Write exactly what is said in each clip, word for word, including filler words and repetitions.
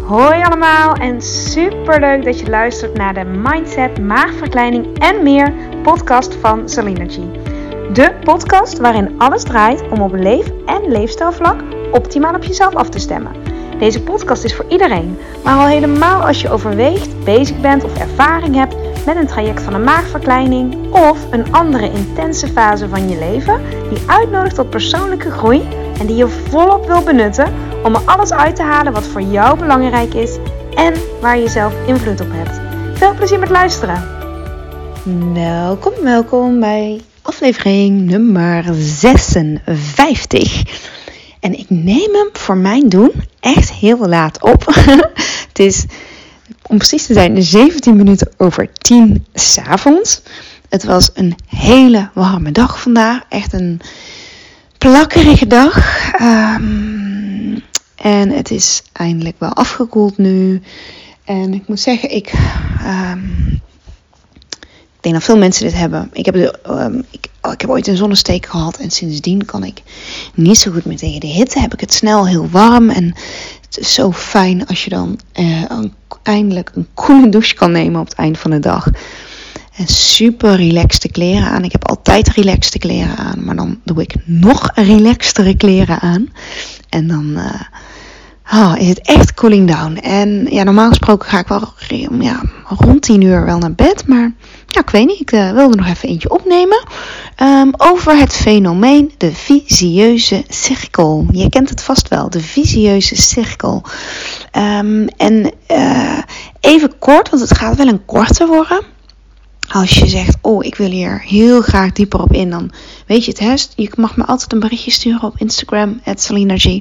Hoi allemaal en super leuk dat je luistert naar de Mindset, Maagverkleining en meer podcast van Salinergy. De podcast waarin alles draait om op leef- en leefstijlvlak optimaal op jezelf af te stemmen. Deze podcast is voor iedereen, maar al helemaal als je overweegt, bezig bent of ervaring hebt met een traject van een maagverkleining of een andere intense fase van je leven die uitnodigt tot persoonlijke groei en die je volop wil benutten om er alles uit te halen wat voor jou belangrijk is en waar je zelf invloed op hebt. Veel plezier met luisteren! Welkom, welkom bij aflevering nummer zesenvijftig. En ik neem hem voor mijn doen echt heel laat op. Het is, om precies te zijn, zeventien minuten over tien 's avonds. Het was een hele warme dag vandaag. Echt een plakkerige dag. Um, en het is eindelijk wel afgekoeld nu. En ik moet zeggen, ik... Um, Ik denk dat veel mensen dit hebben. Ik heb, de, um, ik, oh, ik heb ooit een zonnesteek gehad. En sindsdien kan ik niet zo goed meer tegen de hitte. Heb ik het snel heel warm. En het is zo fijn als je dan uh, een, eindelijk een koele douche kan nemen op het eind van de dag. En super relaxte kleren aan. Ik heb altijd relaxte kleren aan. Maar dan doe ik nog relaxtere kleren aan. En dan... Uh, Oh, is het echt cooling down. En ja, normaal gesproken ga ik wel ja, rond tien uur wel naar bed. Maar ja, ik weet niet, ik uh, wilde nog even eentje opnemen. Um, over het fenomeen de visieuze cirkel. Je kent het vast wel, de visieuze cirkel. Um, en uh, even kort, want het gaat wel een korte worden. Als je zegt, oh, ik wil hier heel graag dieper op in, dan weet je het, hè? Je mag me altijd een berichtje sturen op Instagram, at Salinergy.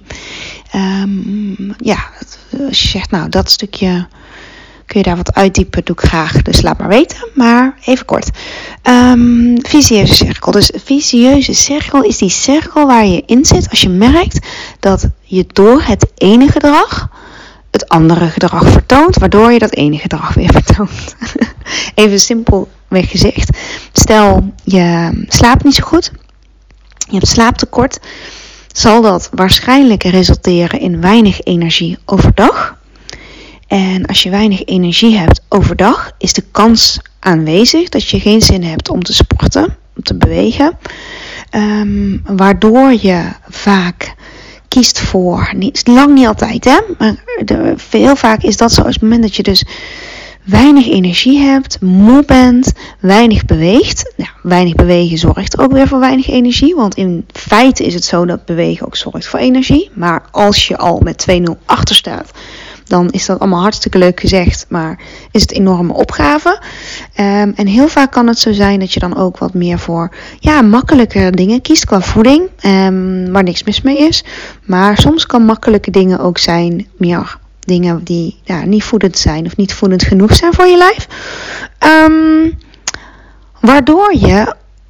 Um, ja, als je zegt, nou, dat stukje, kun je daar wat uitdiepen, doe ik graag. Dus laat maar weten, maar even kort. Um, visieuze cirkel. Dus visieuze cirkel is die cirkel waar je in zit als je merkt dat je door het ene gedrag het andere gedrag vertoont, waardoor je dat ene gedrag weer vertoont. Even simpelweg gezegd. Stel, je slaapt niet zo goed. Je hebt slaaptekort. Zal dat waarschijnlijk resulteren in weinig energie overdag. En als je weinig energie hebt overdag, is de kans aanwezig dat je geen zin hebt om te sporten, om te bewegen. Um, waardoor je vaak kiest voor, niet, lang niet altijd, hè, maar de, heel vaak is dat zo. Als het moment dat je dus weinig energie hebt, moe bent, weinig beweegt. Nou, weinig bewegen zorgt ook weer voor weinig energie. Want in feite is het zo dat bewegen ook zorgt voor energie. Maar als je al met twee nul achter staat, dan is dat allemaal hartstikke leuk gezegd. Maar is het enorme opgave. Um, en heel vaak kan het zo zijn dat je dan ook wat meer voor ja, makkelijke dingen kiest qua voeding. Um, waar niks mis mee is. Maar soms kan makkelijke dingen ook zijn meer dingen die ja, niet voedend zijn of niet voedend genoeg zijn voor je lijf. Um, waardoor je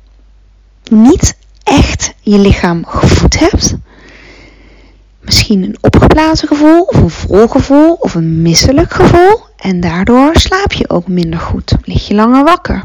niet echt je lichaam gevoed hebt. Misschien een opgeblazen gevoel of een vol gevoel of een misselijk gevoel. En daardoor slaap je ook minder goed. Lig je langer wakker.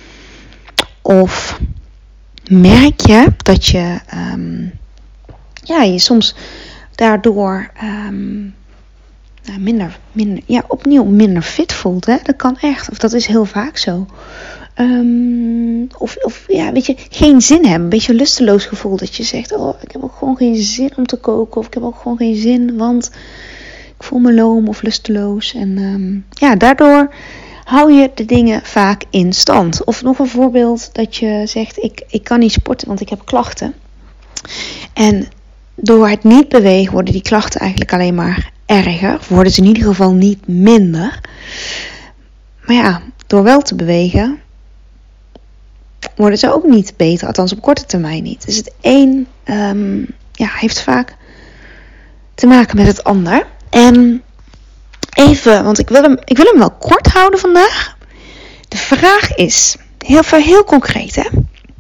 Of merk je dat je, um, ja, je soms daardoor um, nou, minder, minder, ja, opnieuw minder fit voelt. Hè? Dat kan echt, of dat is heel vaak zo. Um, of, of ja, weet je, geen zin hebben. Een beetje een lusteloos gevoel dat je zegt, oh, ik heb ook gewoon geen zin om te koken. Of ik heb ook gewoon geen zin, want ik voel me loom of lusteloos. En um, ja, daardoor hou je de dingen vaak in stand. Of nog een voorbeeld dat je zegt, ik, ik kan niet sporten, want ik heb klachten. En door het niet bewegen worden die klachten eigenlijk alleen maar erger. Of worden ze in ieder geval niet minder. Maar ja, door wel te bewegen worden ze ook niet beter, althans op korte termijn niet. Dus het een um, ja, heeft vaak te maken met het ander. En even, want ik wil hem, ik wil hem wel kort houden vandaag. De vraag is, heel, heel concreet hè.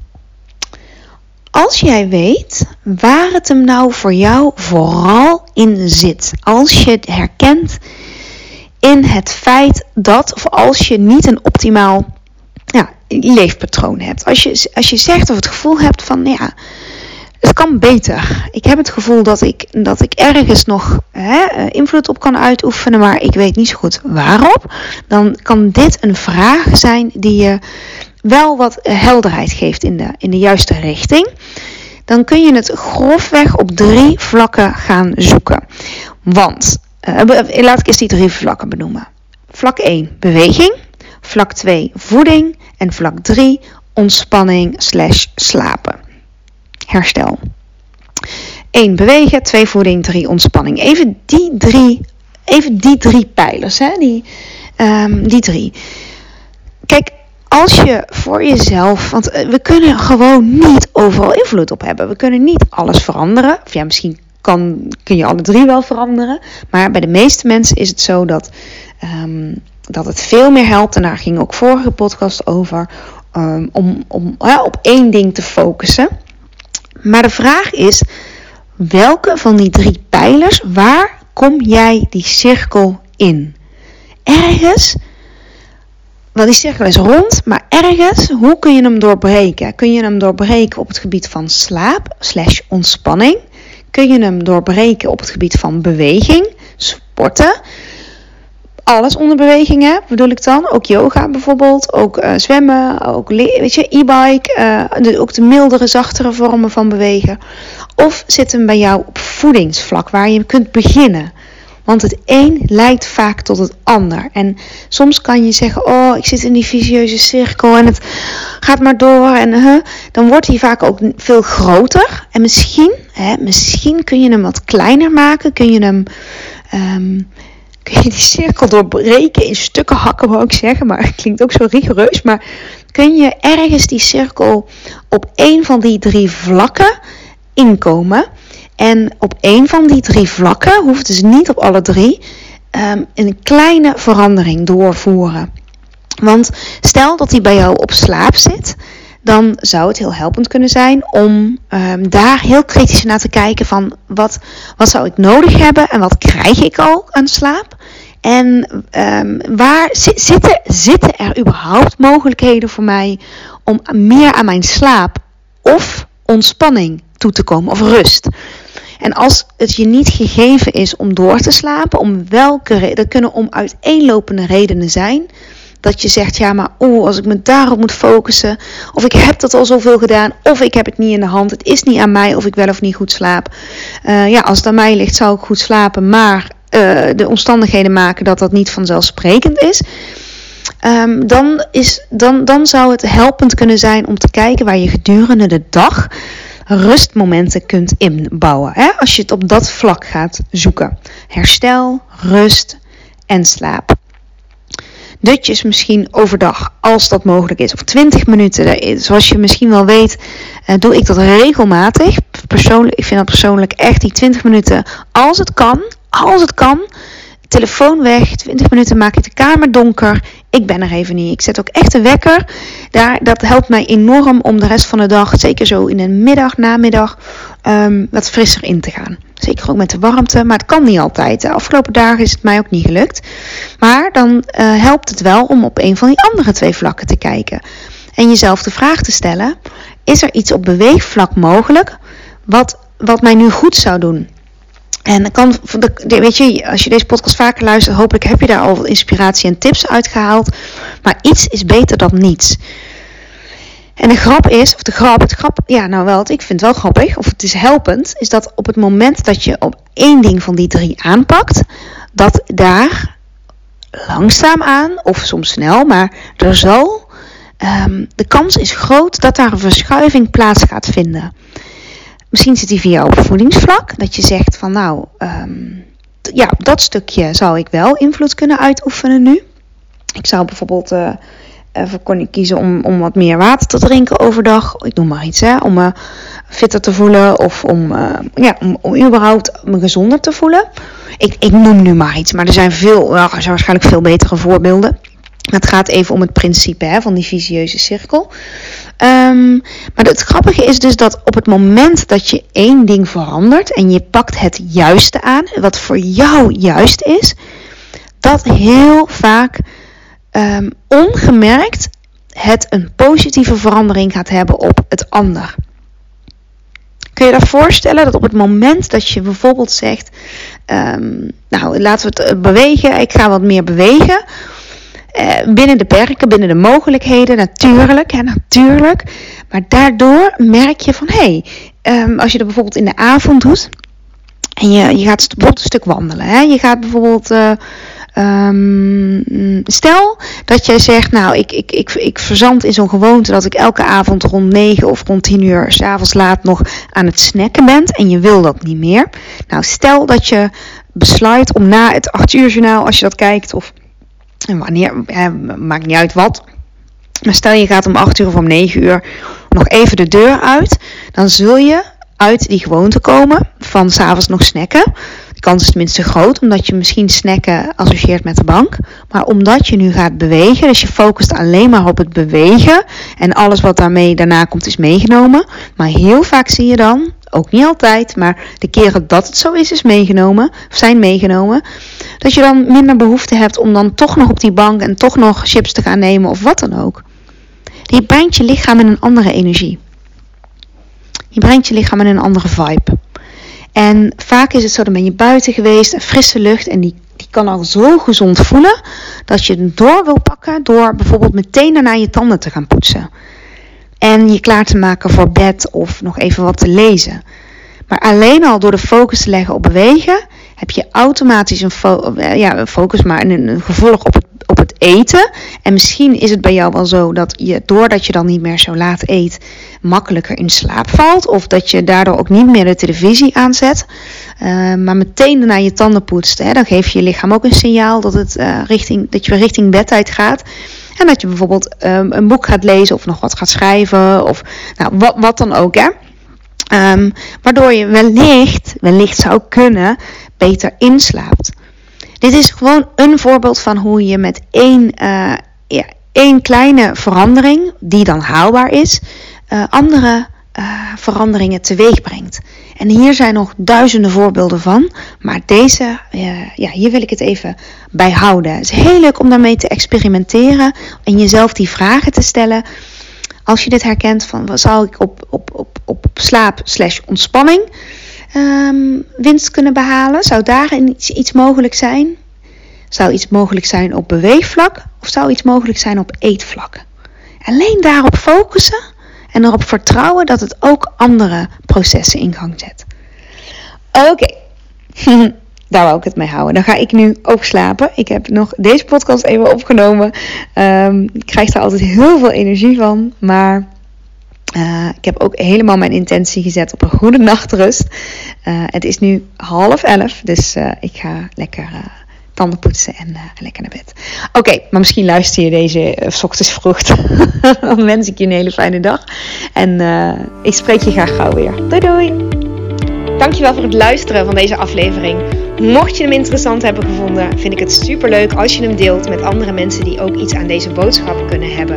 Als jij weet waar het hem nou voor jou vooral in zit. Als je het herkent in het feit dat, of als je niet een optimaal ja, leefpatroon hebt. Als je, als je zegt of het gevoel hebt van, ja, het kan beter. Ik heb het gevoel dat ik, dat ik ergens nog hè, invloed op kan uitoefenen, maar ik weet niet zo goed waarop. Dan kan dit een vraag zijn die je wel wat helderheid geeft in de, in de juiste richting. Dan kun je het grofweg op drie vlakken gaan zoeken. Want, uh, laat ik eens die drie vlakken benoemen. Vlak één, beweging. Vlak twee, voeding. En vlak drie, ontspanning slash slapen. Herstel. één, bewegen. twee, voeding. drie, ontspanning. Even die drie, even die drie pijlers. Hè? Die, um, die drie. Kijk, als je voor jezelf, want we kunnen gewoon niet overal invloed op hebben. We kunnen niet alles veranderen. Of ja, misschien kan, kun je alle drie wel veranderen. Maar bij de meeste mensen is het zo dat, um, dat het veel meer helpt. En daar ging ook vorige podcast over. Um, om om ja, op één ding te focussen. Maar de vraag is, welke van die drie pijlers, waar kom jij die cirkel in? Ergens... Want die cirkel is rond, maar ergens, hoe kun je hem doorbreken? Kun je hem doorbreken op het gebied van slaap, slash ontspanning? Kun je hem doorbreken op het gebied van beweging, sporten? Alles onder beweging, hè, bedoel ik dan. Ook yoga bijvoorbeeld, ook uh, zwemmen, ook le- weet je, e-bike. Uh, de, ook de mildere, zachtere vormen van bewegen. Of zit hem bij jou op voedingsvlak, waar je kunt beginnen? Want het een leidt vaak tot het ander. En soms kan je zeggen, oh, ik zit in die vicieuze cirkel en het gaat maar door. En uh, dan wordt hij vaak ook veel groter. En misschien, hè, misschien kun je hem wat kleiner maken. Kun je hem, um, kun je die cirkel doorbreken, in stukken hakken, wou ik zeggen. Maar het klinkt ook zo rigoureus. Maar kun je ergens die cirkel op één van die drie vlakken inkomen. En op één van die drie vlakken, hoeft dus niet op alle drie, um, een kleine verandering doorvoeren. Want stel dat die bij jou op slaap zit, dan zou het heel helpend kunnen zijn om um, daar heel kritisch naar te kijken van wat, wat zou ik nodig hebben en wat krijg ik al aan slaap. En um, waar z- zitten, zitten er überhaupt mogelijkheden voor mij om meer aan mijn slaap of ontspanning toe te komen of rust. En als het je niet gegeven is om door te slapen, om welke reden, dat kunnen om uiteenlopende redenen zijn. Dat je zegt, ja maar oh, als ik me daarop moet focussen, of ik heb dat al zoveel gedaan, of ik heb het niet in de hand, het is niet aan mij of ik wel of niet goed slaap. Uh, ja, als het aan mij ligt zou ik goed slapen, maar uh, de omstandigheden maken dat dat niet vanzelfsprekend is. Um, dan, is dan, dan zou het helpend kunnen zijn om te kijken waar je gedurende de dag rustmomenten kunt inbouwen. Hè? Als je het op dat vlak gaat zoeken. Herstel, rust en slaap. Dutjes misschien overdag, als dat mogelijk is. Of twintig minuten. Zoals je misschien wel weet, uh, doe ik dat regelmatig. Persoonlijk, ik vind dat persoonlijk echt die twintig minuten. Als het kan, als het kan. Telefoon weg, twintig minuten maak ik de kamer donker. Ik ben er even niet. Ik zet ook echt een wekker. Daar, dat helpt mij enorm om de rest van de dag, zeker zo in de middag, namiddag, um, wat frisser in te gaan. Zeker ook met de warmte, maar het kan niet altijd. De afgelopen dagen is het mij ook niet gelukt. Maar dan uh, helpt het wel om op een van die andere twee vlakken te kijken. En jezelf de vraag te stellen, is er iets op beweegvlak mogelijk wat, wat mij nu goed zou doen? En dan kan, weet je, als je deze podcast vaker luistert, hopelijk heb je daar al inspiratie en tips uitgehaald. Maar iets is beter dan niets. En de grap is, of de grap, het grap, ja nou wel, ik vind het wel grappig, of het is helpend, is dat op het moment dat je op één ding van die drie aanpakt, dat daar langzaam aan, of soms snel, maar er zal, um, de kans is groot dat daar een verschuiving plaats gaat vinden. Misschien zit die via op voedingsvlak. Dat je zegt van nou, um, t- ja, op dat stukje zou ik wel invloed kunnen uitoefenen nu. Ik zou bijvoorbeeld uh, even kunnen kiezen om, om wat meer water te drinken overdag. Ik noem maar iets, hè, om me fitter te voelen of om, uh, ja, om, om überhaupt me gezonder te voelen. Ik, ik noem nu maar iets, maar er zijn veel, nou, er zijn waarschijnlijk veel betere voorbeelden. Het gaat even om het principe, hè, van die vicieuze cirkel. Um, maar het grappige is dus dat op het moment dat je één ding verandert en je pakt het juiste aan, wat voor jou juist is, dat heel vaak um, ongemerkt het een positieve verandering gaat hebben op het ander. Kun je je voorstellen dat op het moment dat je bijvoorbeeld zegt, um, nou laten we het bewegen, ik ga wat meer bewegen. Uh, binnen de perken, binnen de mogelijkheden, natuurlijk, hè, natuurlijk. Maar daardoor merk je van, hé, hey, um, als je dat bijvoorbeeld in de avond doet en je, je gaat bijvoorbeeld een stuk wandelen. Hè, je gaat bijvoorbeeld, uh, um, stel dat jij zegt, nou, ik, ik, ik, ik verzand in zo'n gewoonte dat ik elke avond rond negen of rond tien uur 's avonds laat nog aan het snacken bent en je wil dat niet meer. Nou, stel dat je besluit om na het acht uur journaal, als je dat kijkt, of en wanneer, eh, maakt niet uit wat. Maar stel je gaat om acht uur of om negen uur nog even de deur uit. Dan zul je uit die gewoonte komen van 's avonds nog snacken. De kans is tenminste groot, omdat je misschien snacken associeert met de bank. Maar omdat je nu gaat bewegen, dus je focust alleen maar op het bewegen. En alles wat daarmee daarna komt is meegenomen. Maar heel vaak zie je dan, ook niet altijd, maar de keren dat het zo is, is meegenomen, of zijn meegenomen, dat je dan minder behoefte hebt om dan toch nog op die bank en toch nog chips te gaan nemen of wat dan ook. Je brengt je lichaam in een andere energie. Je brengt je lichaam in een andere vibe. En vaak is het zo, dan ben je buiten geweest, en frisse lucht, en die, die kan al zo gezond voelen, dat je het door wil pakken door bijvoorbeeld meteen daarna je tanden te gaan poetsen. En je klaar te maken voor bed of nog even wat te lezen. Maar alleen al door de focus te leggen op bewegen, heb je automatisch een, fo- ja, een focus, maar een, een gevolg op het, op het eten. En misschien is het bij jou wel zo dat je, doordat je dan niet meer zo laat eet, makkelijker in slaap valt. Of dat je daardoor ook niet meer de televisie aanzet. Uh, maar meteen daarna je tanden poetst. Hè, dan geef je je lichaam ook een signaal dat, het, uh, richting, dat je weer richting bedtijd gaat. En dat je bijvoorbeeld um, een boek gaat lezen of nog wat gaat schrijven. Of nou, wat, wat dan ook. Hè. Um, waardoor je wellicht, wellicht zou kunnen, beter inslaapt. Dit is gewoon een voorbeeld van hoe je met één, uh, ja, één kleine verandering, die dan haalbaar is, uh, andere uh, veranderingen teweeg brengt. En hier zijn nog duizenden voorbeelden van, maar deze, uh, ja, hier wil ik het even bij houden. Het is heel leuk om daarmee te experimenteren en jezelf die vragen te stellen. Als je dit herkent, van wat zou ik op, op, op, op slaap slash ontspanning um, winst kunnen behalen? Zou daarin iets, iets mogelijk zijn? Zou iets mogelijk zijn op beweegvlak? Of zou iets mogelijk zijn op eetvlak? Alleen daarop focussen en erop vertrouwen dat het ook andere processen in gang zet. Oké, okay. Daar wou ik het mee houden. Dan ga ik nu ook slapen. Ik heb nog deze podcast even opgenomen. Um, ik krijg daar altijd heel veel energie van. Maar uh, ik heb ook helemaal mijn intentie gezet op een goede nachtrust. Uh, het is nu half elf. Dus uh, ik ga lekker uh, tanden poetsen en uh, lekker naar bed. Oké, okay, maar misschien luister je deze uh, 's ochtends vroeg. Dan wens ik je een hele fijne dag. En uh, ik spreek je graag gauw weer. Doei doei! Dankjewel voor het luisteren van deze aflevering. Mocht je hem interessant hebben gevonden, vind ik het superleuk als je hem deelt met andere mensen die ook iets aan deze boodschap kunnen hebben.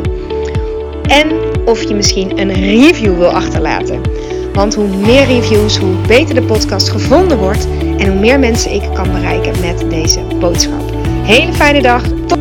En of je misschien een review wil achterlaten. Want hoe meer reviews, hoe beter de podcast gevonden wordt en hoe meer mensen ik kan bereiken met deze boodschap. Hele fijne dag. Tot